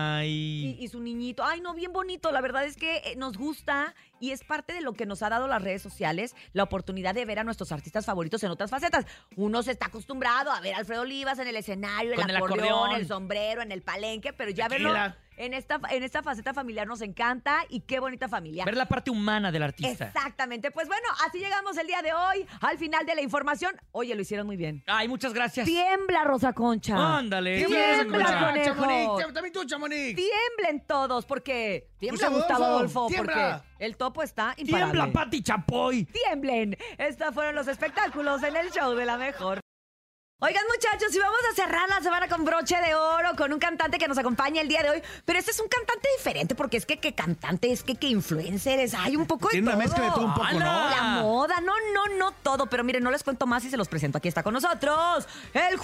Ay. Y, y su niñito, ay no, bien bonito, la verdad es que eh, nos gusta y es parte de lo que nos ha dado las redes sociales, la oportunidad de ver a nuestros artistas favoritos en otras facetas. Uno se está acostumbrado a ver a Alfredo Olivas en el escenario, el Con el acordeón, acordeón. el sombrero, en el palenque, pero ya Tequila. verlo en esta, en esta faceta familiar nos encanta y qué bonita familia. Ver la parte humana del artista. Exactamente, pues bueno, así llegamos el día de hoy al final de la información. Oye, lo hicieron muy bien. Ay, muchas gracias. Tiembla, Rosa Concha. Ándale. Tiembla, Chamonix, conejo. Chamonix, también tú, Chamonix. Tiemblen todos, porque tiembla Gustavo Gustavo Adolfo, Adolfo, tiembla. porque el topo está imparable. Tiembla, Pati Chapoy. Tiemblen. Estos fueron los espectáculos en el show de la mejor. Oigan, muchachos, y vamos a cerrar la semana con broche de oro, con un cantante que nos acompaña el día de hoy. Pero este es un cantante diferente, porque es que qué cantante, es que qué influencer es. Hay un poco de Tiene todo. una mezcla de todo un poco, ¿no? La moda, no, no, no todo. Pero miren, no les cuento más y se los presento. Aquí está con nosotros, el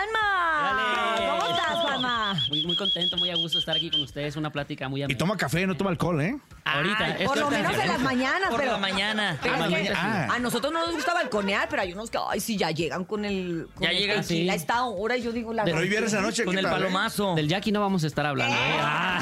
Juanma. Dale. ¿Cómo estás, Juanma? Muy, muy contento, muy a gusto estar aquí con ustedes. Una plática muy Y amena. toma café, no toma alcohol, ¿eh? Ahorita. Ay, es por que lo ahorita- menos en las mañanas, Por pero... la mañana. Pero Ah, es que mañana, ah. a nosotros no nos gusta balconear, pero hay unos que, ay, sí, ya llegan con el... Con Ya el llegan, tequila sí. a esta hora y yo digo... La Pero hoy viernes anoche, Con ¿qué el tal, eh? palomazo. Del Jackie no vamos a estar hablando. ¿eh? Ah.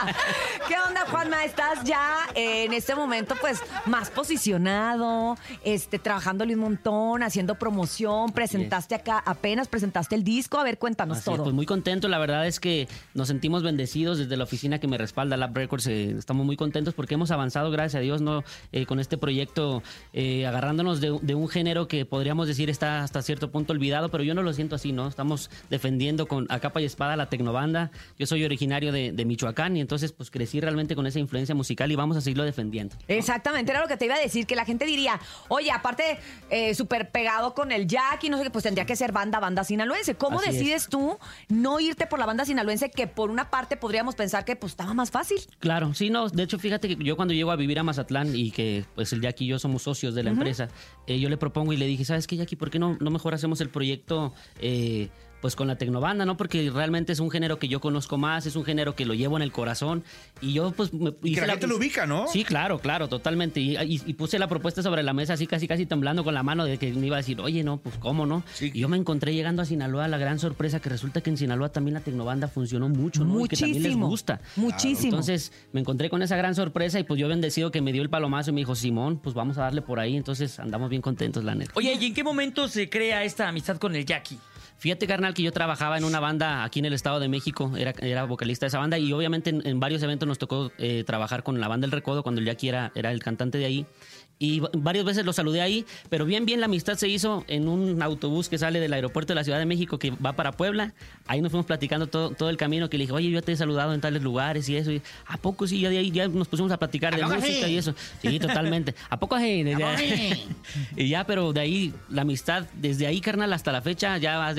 ¿Qué onda, Juanma? Estás ya eh, en este momento, pues, más posicionado, este, trabajándole un montón, haciendo promoción, presentaste acá, apenas presentaste el disco. A ver, cuéntanos Así es, todo. pues muy contento, la verdad es que nos sentimos bendecidos desde la oficina que me respalda, Lab Records, eh, estamos muy contentos porque hemos avanzado, gracias a Dios, no eh, con este proyecto, eh, agarrándonos de, de un género que podríamos decir está hasta cierto punto olvidado, pero yo no lo siento así, ¿no? Estamos defendiendo con a capa y espada la tecnobanda, yo soy originario de, de Michoacán y entonces pues crecí realmente con esa influencia musical y vamos a seguirlo defendiendo. Exactamente, era lo que te iba a decir, que la gente diría, oye, aparte, eh, súper pegado con el Jackie, no sé qué, pues tendría que ser banda, banda sinaloense. ¿Cómo Así decides es. tú no irte por la banda sinaloense, que por una parte podríamos pensar que pues estaba más fácil? Claro, sí, no, de hecho, fíjate que yo cuando llego a vivir a Mazatlán y que pues el Jackie y yo somos socios de la empresa, eh, yo le propongo y le dije, ¿sabes qué, Jackie? ¿Por qué no, no mejor hacemos el proyecto eh, pues con la tecnobanda, ¿no? Porque realmente es un género que yo conozco más, es un género que lo llevo en el corazón y yo pues... Me, Y que la gente lo ubica, ¿no? Sí, claro, claro, totalmente. Y, y- y puse la propuesta sobre la mesa así casi casi temblando con la mano de que me iba a decir, oye, no, pues cómo, ¿no? Sí. Y yo me encontré llegando a Sinaloa, la gran sorpresa que resulta que en Sinaloa también la tecnobanda funcionó mucho, ¿no? Y que también les Muchísimo, gusta. muchísimo. Entonces me encontré con esa gran sorpresa y pues yo bendecido que me dio el palomazo y me dijo, Simón, pues vamos a darle por ahí. Entonces andamos bien contentos, la neta. Oye, ¿y en qué momento se crea esta amistad con el Jackie? Fíjate, carnal, que yo trabajaba en una banda aquí en el Estado de México, era, era vocalista de esa banda y obviamente en, en varios eventos nos tocó eh, trabajar con la banda El Recodo cuando el Jackie era, era el cantante de ahí. Y va- varias veces lo saludé ahí, pero bien, bien la amistad se hizo en un autobús que sale del aeropuerto de la Ciudad de México que va para Puebla. Ahí nos fuimos platicando todo, todo el camino que le dije, oye, yo te he saludado en tales lugares y eso. Y, ¿a poco sí? Ya de ahí ya nos pusimos a platicar de ¿A poco música sí? y eso. Sí, totalmente. ¿A poco sí? poco sí? Y ya, pero de ahí la amistad, desde ahí, carnal, hasta la fecha, ya haz de cuenta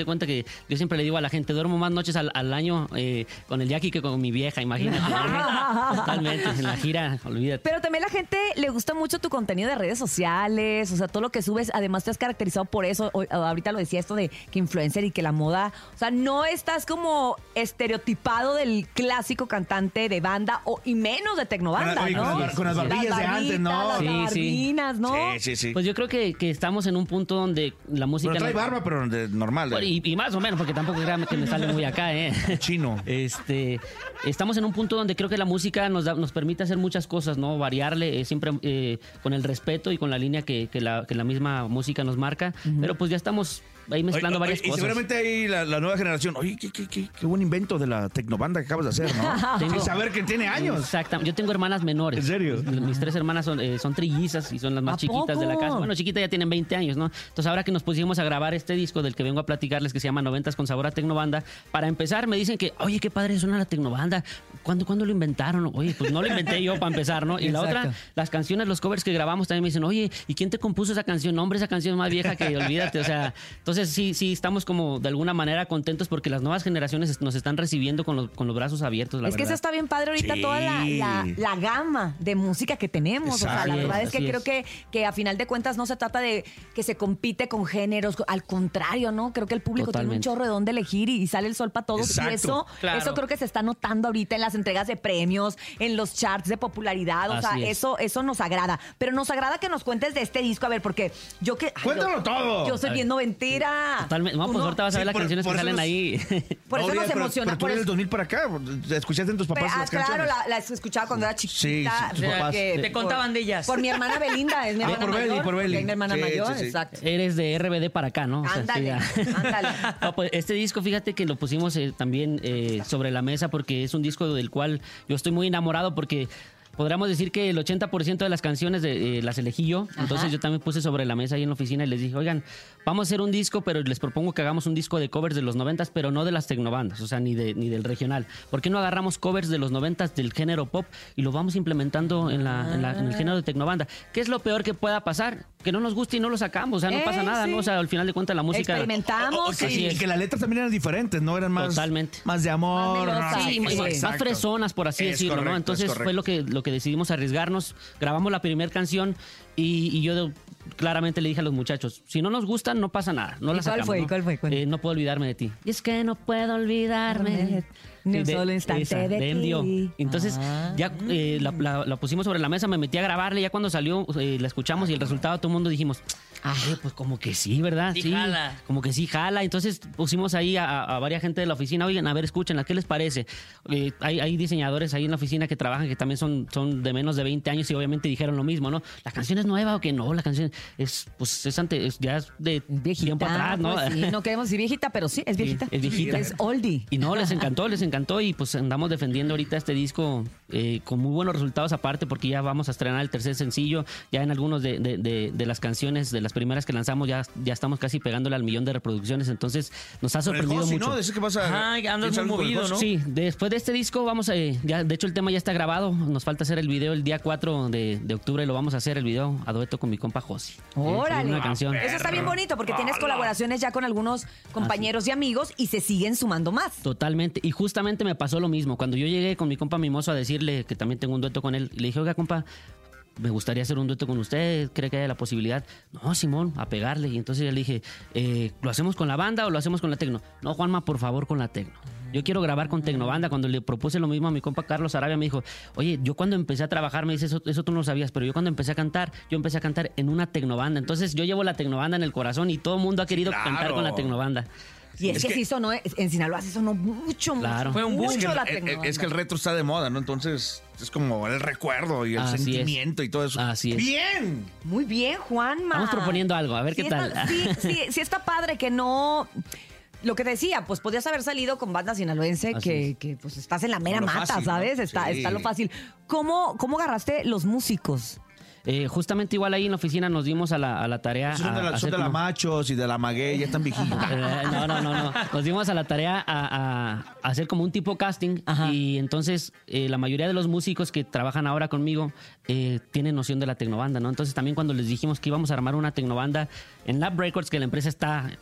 cuenta que yo siempre le digo a la gente, duermo más noches al, al año eh, con el Jackie que con mi vieja, imagínate. Totalmente, en la gira, olvídate. Pero también la gente le gusta mucho tu contenido de redes sociales, o sea, todo lo que subes, además te has caracterizado por eso. O- ahorita lo decía esto de que influencer y que la moda, o sea, no estás como estereotipado del clásico cantante de banda o y menos de tecnobanda, Con la- oye, ¿no? con las- con las barbillas de antes, ¿no? Las Sí, sí. barbinas, ¿no? Sí, sí, sí. Pues yo creo que, que estamos en un punto donde la música... Pero trae no- barba, pero de normal. de- Bueno, y, y más o menos, porque tampoco créanme que me sale muy acá, ¿eh? Chino. Este, estamos en un punto donde creo que la música nos, da- nos permite hacer muchas cosas, ¿no? Variarle, eh, siempre eh, con el respeto y con la línea que, que la, que la misma música nos marca. Pero pues ya estamos ahí mezclando Oye, varias oye, y cosas. seguramente ahí la, la nueva generación, oye, qué, qué, qué, qué buen invento de la tecnobanda que acabas de hacer, ¿no? Tengo- Sin saber que tiene años. Exactamente. Yo tengo hermanas menores. ¿En serio? Mis tres hermanas son, eh, son trillizas y son las más ¿A chiquitas de la poco? casa. Bueno, chiquitas ya tienen veinte años, ¿no? Entonces, ahora que nos pusimos a grabar este disco del que vengo a platicarles, que se llama Noventas con sabor a tecnobanda, para empezar me dicen que, oye, qué padre suena la tecnobanda. ¿Cuándo, ¿Cuándo lo inventaron? Oye, pues no lo inventé yo para empezar, ¿no? Y la Exacto. otra, las canciones, los covers que grabamos también me dicen, oye, ¿y quién te compuso esa canción? No, hombre, esa canción es más vieja que olvídate. O sea, entonces sí, sí, estamos como de alguna manera contentos porque las nuevas generaciones nos están recibiendo con los, con los brazos abiertos, la Es que eso verdad. está bien padre ahorita Sí. toda la, la- la gama de música que tenemos. O sea, Exacto. la Así verdad es, es que así creo es. que, que a final de cuentas no se trata de que se compite con géneros. Al contrario, ¿no? Creo que el público tiene Totalmente. un chorro de dónde elegir y, y sale el sol para todos. Exacto. Y eso, Claro. eso creo que se está notando ahorita en las entregas de premios, en los charts de popularidad. O Así sea, es. eso, eso nos agrada. Pero nos agrada que nos cuentes de este disco. A ver, porque yo que. ay, Cuéntalo yo- todo. Yo soy A ver. bien noventera. Totalmente. No, Tú pues no. ahorita vas a Sí, ver las por- canciones por que eso salen nos- ahí. Por eso No, nos Uriel, pero- emociona. Pero tú por eres del eso- dos mil para acá. ¿Escuchaste en tus papás Ah, las claro, canciones? la- las escuchaba cuando era chiquita. Sí, tus porque- papás. Te por- contaban de ellas. Por mi hermana Belinda, es mi Ah, hermana por mayor. Beli, por Beli. Es mi hermana Sí, mayor, sí, sí. exacto. Eres de R B D para acá, ¿no? O sea, sí, Ándale, ya. ándale. No, pues este disco, fíjate que lo pusimos eh, también eh, sobre la mesa porque es un disco del cual yo estoy muy enamorado porque podríamos decir que el ochenta por ciento de las canciones de, eh, las elegí yo. Entonces Ajá. yo también puse sobre la mesa ahí en la oficina y les dije, oigan, vamos a hacer un disco, pero les propongo que hagamos un disco de covers de los noventas, pero no de las tecnobandas, o sea, ni, de, ni del regional. ¿Por qué no agarramos covers de los noventas del género pop y lo vamos implementando en, la, en, la- en el género de tecnobanda? ¿Qué es lo peor que pueda pasar? Que no nos guste y no lo sacamos, o sea, no Eh, pasa nada, sí. ¿no? O sea, al final de cuentas la música... Experimentamos. O- o que- Así y, es. y que las letras también eran diferentes, ¿no? Eran más, Totalmente. más de amor. Más melosas. ¿no? Sí, más- más Exacto. fresonas, por así Es decirlo, correcto, ¿no? es Entonces correcto. fue lo que, lo que decidimos arriesgarnos. Grabamos la primera canción y, y yo de- claramente le dije a los muchachos, si no nos gustan, no pasa nada, no ¿Y la cuál sacamos. fue? ¿no? ¿Cuál fue? Cuéntame. Eh, no puedo olvidarme de ti. Y es que no puedo olvidarme. Ni un de- solo instante esa, de ti. Endio. Entonces, Ah. ya eh, la, la- la pusimos sobre la mesa, me metí a grabarle, ya cuando salió, eh, la escuchamos y el resultado todo el mundo dijimos, ay, pues como que sí, ¿verdad? Sí jala. Como que sí jala. Entonces pusimos ahí a, a varias gente de la oficina, oigan, a ver, escúchenla, ¿qué les parece? Eh, hay, hay diseñadores ahí en la oficina que trabajan que también son, son de menos de veinte años y obviamente dijeron lo mismo, ¿no? La canción es nueva o que no, la canción es, pues, es ante, es, ya es de Viejita, tiempo atrás, ¿no? pues sí, no queremos decir viejita, pero sí, es Sí, viejita. es viejita. Es oldie. Y no, les encantó, les encantó y pues andamos defendiendo ahorita este disco eh, con muy buenos resultados aparte porque ya vamos a estrenar el tercer sencillo, ya en algunos de, de- de- de las canciones, de las primeras que lanzamos ya, ya estamos casi pegándole al millón de reproducciones, entonces nos ha Con el sorprendido Josi, mucho. ¿no? Dices que vas a... Ajá, andas ¿tienes muy algo con el movido, Josi? ¿no? Sí, después de este disco vamos a, eh, ya, de hecho el tema ya está grabado, nos falta hacer el video el día cuatro de, de octubre, lo vamos a hacer el video a dueto con mi compa Josi. Órale. Una canción. Eso está bien bonito porque tienes colaboraciones ya con algunos compañeros y amigos y se siguen sumando más. Totalmente. Y justamente me pasó lo mismo. Cuando yo llegué con mi compa Mimoso a decirle que también tengo un dueto con él, y le dije, oiga, compa, me gustaría hacer un dueto con usted, ¿cree que haya la posibilidad? No, Simón, a pegarle. Y entonces yo le dije, eh, ¿lo hacemos con la banda o lo hacemos con la tecno? No, Juanma, por favor, con la tecno. Yo quiero grabar con Tecnobanda. Cuando le propuse lo mismo a mi compa Carlos Arabia, me dijo, oye, yo cuando empecé a trabajar, me dice, eso, eso tú no lo sabías, pero yo cuando empecé a cantar, yo empecé a cantar en una Tecnobanda. Entonces yo llevo la Tecnobanda en el corazón y todo el mundo ha querido Claro. cantar con la Tecnobanda. Y es, Es que, que- sí sonó, en Sinaloa sí sonó mucho, mucho. Claro. Fue un boom. mucho Es que, la el- el- tecnobanda. es que el retro está de moda, ¿no? Entonces es como el recuerdo y el Así es. sentimiento y todo eso. Así es. ¡Bien! Muy bien, Juanma. Vamos proponiendo algo, a ver Sí qué está- tal. sí, sí, sí está padre que no... Lo que te decía, pues podías haber salido con banda sinaloense Así que, es. que, pues estás en la mera Lo mata, fácil, ¿no? ¿sabes? Está, Sí. está lo fácil. ¿Cómo, ¿Cómo agarraste los músicos? Eh, justamente igual ahí en la oficina nos dimos a la, a la tarea. Son de a- la, a son hacer de la como- machos y de la maguey, ya están viejitos. Eh, no, no, no, no. Nos dimos a la tarea a, a- a hacer como un tipo casting Ajá. y entonces eh, la mayoría de los músicos que trabajan ahora conmigo eh, tienen noción de la tecnobanda, ¿no? Entonces también cuando les dijimos que íbamos a armar una tecnobanda en Lab Records, que la empresa está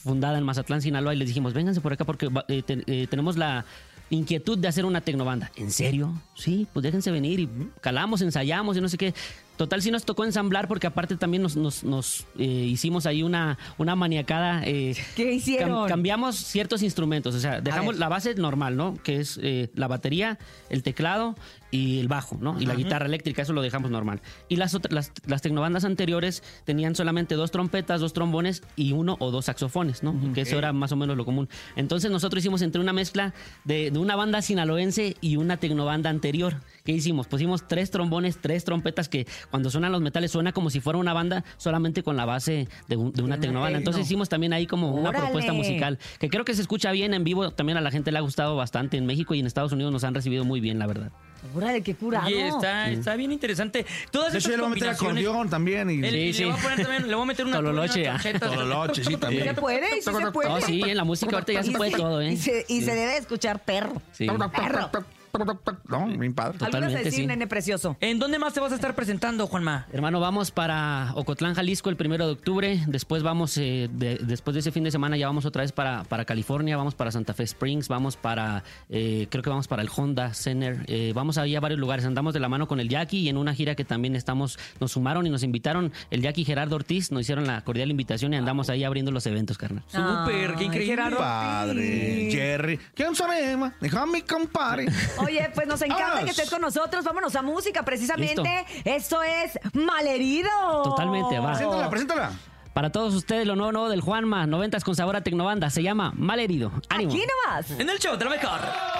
fundada en Mazatlán, Sinaloa, y les dijimos, vénganse por acá porque eh, te- eh, tenemos la inquietud de hacer una tecnobanda. ¿En serio? Sí, pues déjense venir y calamos, ensayamos y no sé qué. Total, sí nos tocó ensamblar porque aparte también nos, nos, nos eh, hicimos ahí una, una maniacada. Eh, ¿Qué hicieron? cam- cambiamos ciertos instrumentos, o sea, dejamos ver. la base normal, ¿no? Que es eh, la batería, el teclado y el bajo, ¿no? Y la guitarra eléctrica, eso lo dejamos normal. Y las, otras, las, las tecnobandas anteriores tenían solamente dos trompetas, dos trombones y uno o dos saxofones, ¿no? Que eso era más o menos lo común. Entonces nosotros hicimos entre una mezcla de, de una banda sinaloense y una tecnobanda anterior. ¿Qué hicimos? Pusimos tres trombones, tres trompetas que cuando suenan los metales suena como si fuera una banda solamente con la base de, un- de una tecnobanda. Entonces hicimos también ahí como una ¡Órale! propuesta musical que creo que se escucha bien en vivo. También a la gente le ha gustado bastante en México y en Estados Unidos nos han recibido muy bien, la verdad. Órale, qué curado. Oye, está, está bien interesante. Todas De hecho, estas ya le voy a meter combinaciones- acordeón también. Y... El- y le voy a poner también, le voy a meter una Tololoche, unas ah. trompetas. Tololoche, sí, también. ¿Se puede? ¿Sí se puede? No, sí, en la música ahorita ya se Y puede todo, ¿eh? Y se, y Sí. se debe escuchar perro. Sí. Perro. No, bien padre. Algo ibas a Totalmente, decir, sí. nene precioso. ¿En dónde más te vas a estar presentando, Juanma? Hermano, vamos para Ocotlán, Jalisco el primero de octubre. Después vamos, eh, de- después de ese fin de semana ya vamos otra vez para, para California, vamos para Santa Fe Springs, vamos para, eh, creo que vamos para el Honda Center. Eh, vamos ahí a varios lugares. Andamos de la mano con el Jackie y en una gira que también estamos, nos sumaron y nos invitaron el Jackie y Gerardo Ortiz, nos hicieron la cordial invitación y andamos ahí abriendo los eventos, carnal. Súper, qué Ay, increíble. Gerardo Padre, Ortiz. Jerry. ¿Quién sabe, ma? Déjame, compadre. Oye, pues nos encanta Vámonos. que estés con nosotros. Vámonos a música, precisamente. Listo. Esto es Malherido. Totalmente, va. Preséntala, preséntala. Para todos ustedes, lo nuevo, nuevo del Juanma, noventas con sabor a Tecnobanda, se llama Malherido. ¡Ánimo! Aquí nomás. En el show de la mejor.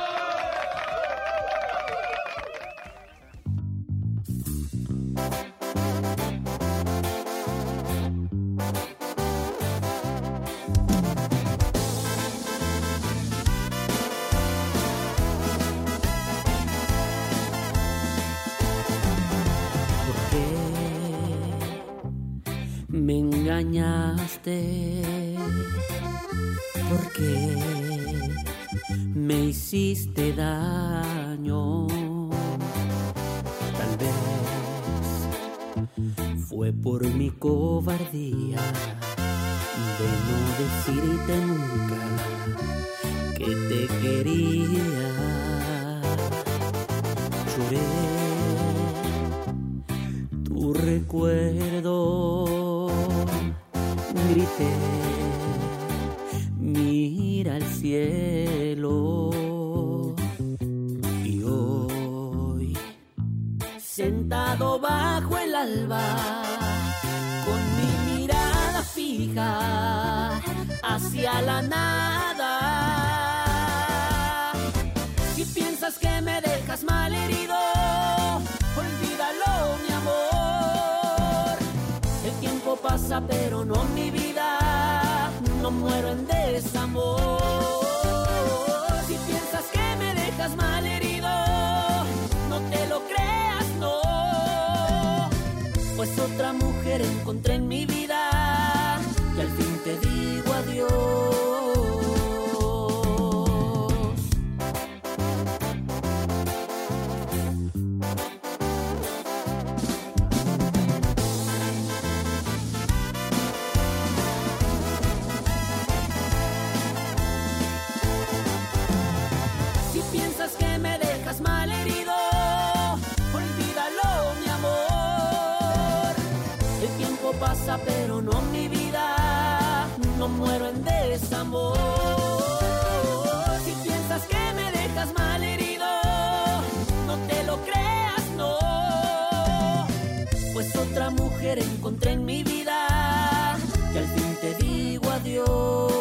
Me engañaste porque me hiciste daño. Tal vez fue por mi cobardía de no decirte nunca que te quería. Lloré tu recuerdo, grité, mira al cielo. Y hoy, sentado bajo el alba, con mi mirada fija hacia la nada, si piensas que me dejas mal herido, olvídalo, mi amor. El tiempo pasa, pero no mi vida. No muero en desamor. Si piensas que me dejas mal herido, no te lo creas, no. Pues otra mujer encontré en mi vida y al fin te digo adiós. Si piensas que me dejas mal herido, olvídalo, mi amor. El tiempo pasa, pero no mi vida. No muero en desamor. Si piensas que me dejas mal herido, no te lo creas, no. Pues otra mujer encontré en mi vida y al fin te digo adiós.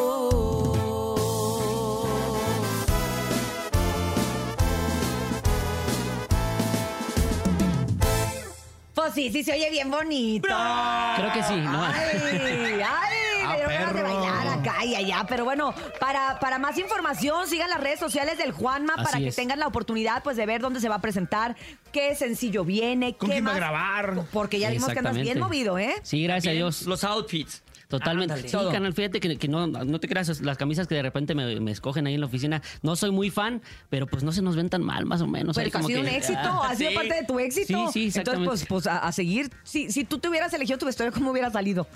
Pues sí, sí se oye bien bonito. Creo que sí, ¿no? Ay, ay, me dieron ganas de bailar acá y allá. Pero bueno, para, para más información, sigan las redes sociales del Juanma Así para que es. tengan la oportunidad pues de ver dónde se va a presentar, qué sencillo viene, ¿Con qué quién va a más. grabar? Porque ya vimos que andas bien Exactamente. movido, ¿eh? Sí, gracias a Dios. Los outfits. Totalmente. Ándale. Sí, Todo. canal, fíjate que, que no, no te creas, las camisas que de repente me, me escogen ahí en la oficina, no soy muy fan, pero pues no se nos ven tan mal, más o menos. Pero Ahí que ha como sido que- un éxito, Ah, ha sido sí. parte de tu éxito. Sí, sí, exactamente. Entonces, pues, pues a, a seguir. Si, si tú te hubieras elegido tu vestuario, ¿cómo hubiera salido?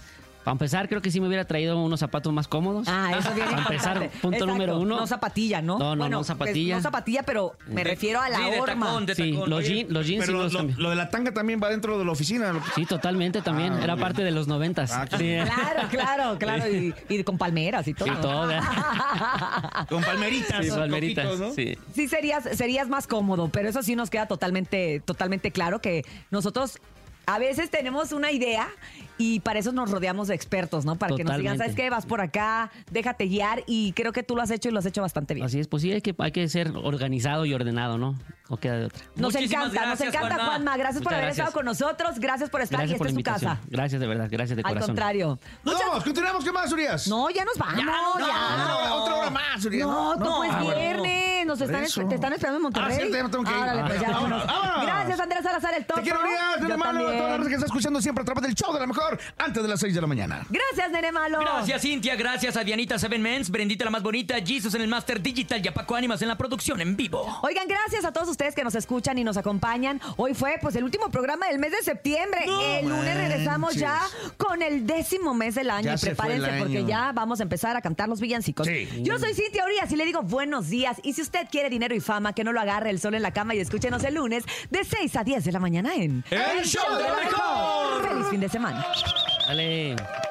Para empezar, creo que sí me hubiera traído unos zapatos más cómodos. Ah, eso es bien Para importante. empezar, punto Exacto. número uno. No zapatilla, ¿no? No, no, Bueno, no zapatilla. pues, no zapatilla, pero me De- refiero a la sí, de horma. tacón, de Sí, tacón. los, Oye, jean- los jeans sí Pero los lo, cambié. lo de la tanga también va dentro de la oficina. Sí, totalmente también. Ah, Era muy parte de los noventas. Ah, qué Sí. Claro, claro, claro. Y, y con palmeras y todo. Sí, todo. Con palmeritas. Sí, palmeritas. coquitos, ¿no? Sí. Sí, serías, serías más cómodo, pero eso sí nos queda totalmente, totalmente claro que nosotros a veces tenemos una idea y para eso nos rodeamos de expertos, ¿no? Para que nos digan, Totalmente. ¿sabes qué? Vas por acá, déjate guiar y creo que tú lo has hecho y lo has hecho bastante bien. Así es, pues sí, hay que, hay que ser organizado y ordenado, ¿no? No queda de otra. Nos Muchísimas encanta, gracias, nos encanta, Juanma. Juanma. Gracias por Muchas haber gracias. estado con nosotros, gracias por estar Gracias y por esta la es tu invitación. casa. Gracias de verdad, gracias de Al corazón. contrario. Nos vamos, continuamos. ¿Qué más, Urias? No, ya nos vamos. Ya, no, Otra hora, otra hora más, Urias. No, no, es Ah, bueno. viernes. Nos Por están, eso. te están esperando en Monterrey. Ah, cierto, ya me tengo que ir. Árale, pues ya, Ah, vámonos. vámonos. Gracias, Andrés Salazar, el topo. Te quiero, Urias, Yo nene malo, a toda la también. raza que está escuchando siempre a través del show de la mejor, antes de las seis de la mañana. Gracias, nene malo. Gracias, Cintia. Gracias a Dianita Seven Mens, Brendita la más bonita, Jesus en el Master Digital y a Paco Ánimas en la producción en vivo. Oigan, gracias a todos ustedes que nos escuchan y nos acompañan. Hoy fue pues el último programa del mes de septiembre. el lunes regresamos ya con el décimo mes del año. Ya Y se fue el prepárense porque año. ya vamos a empezar a cantar los villancicos. Sí. Yo soy Cintia Urias y le digo buenos días. Y si usted quiere dinero y fama, que no lo agarre el sol en la cama y escúchenos el lunes de seis a diez de la mañana en El Show de la Mejor. Feliz fin de semana. Dale.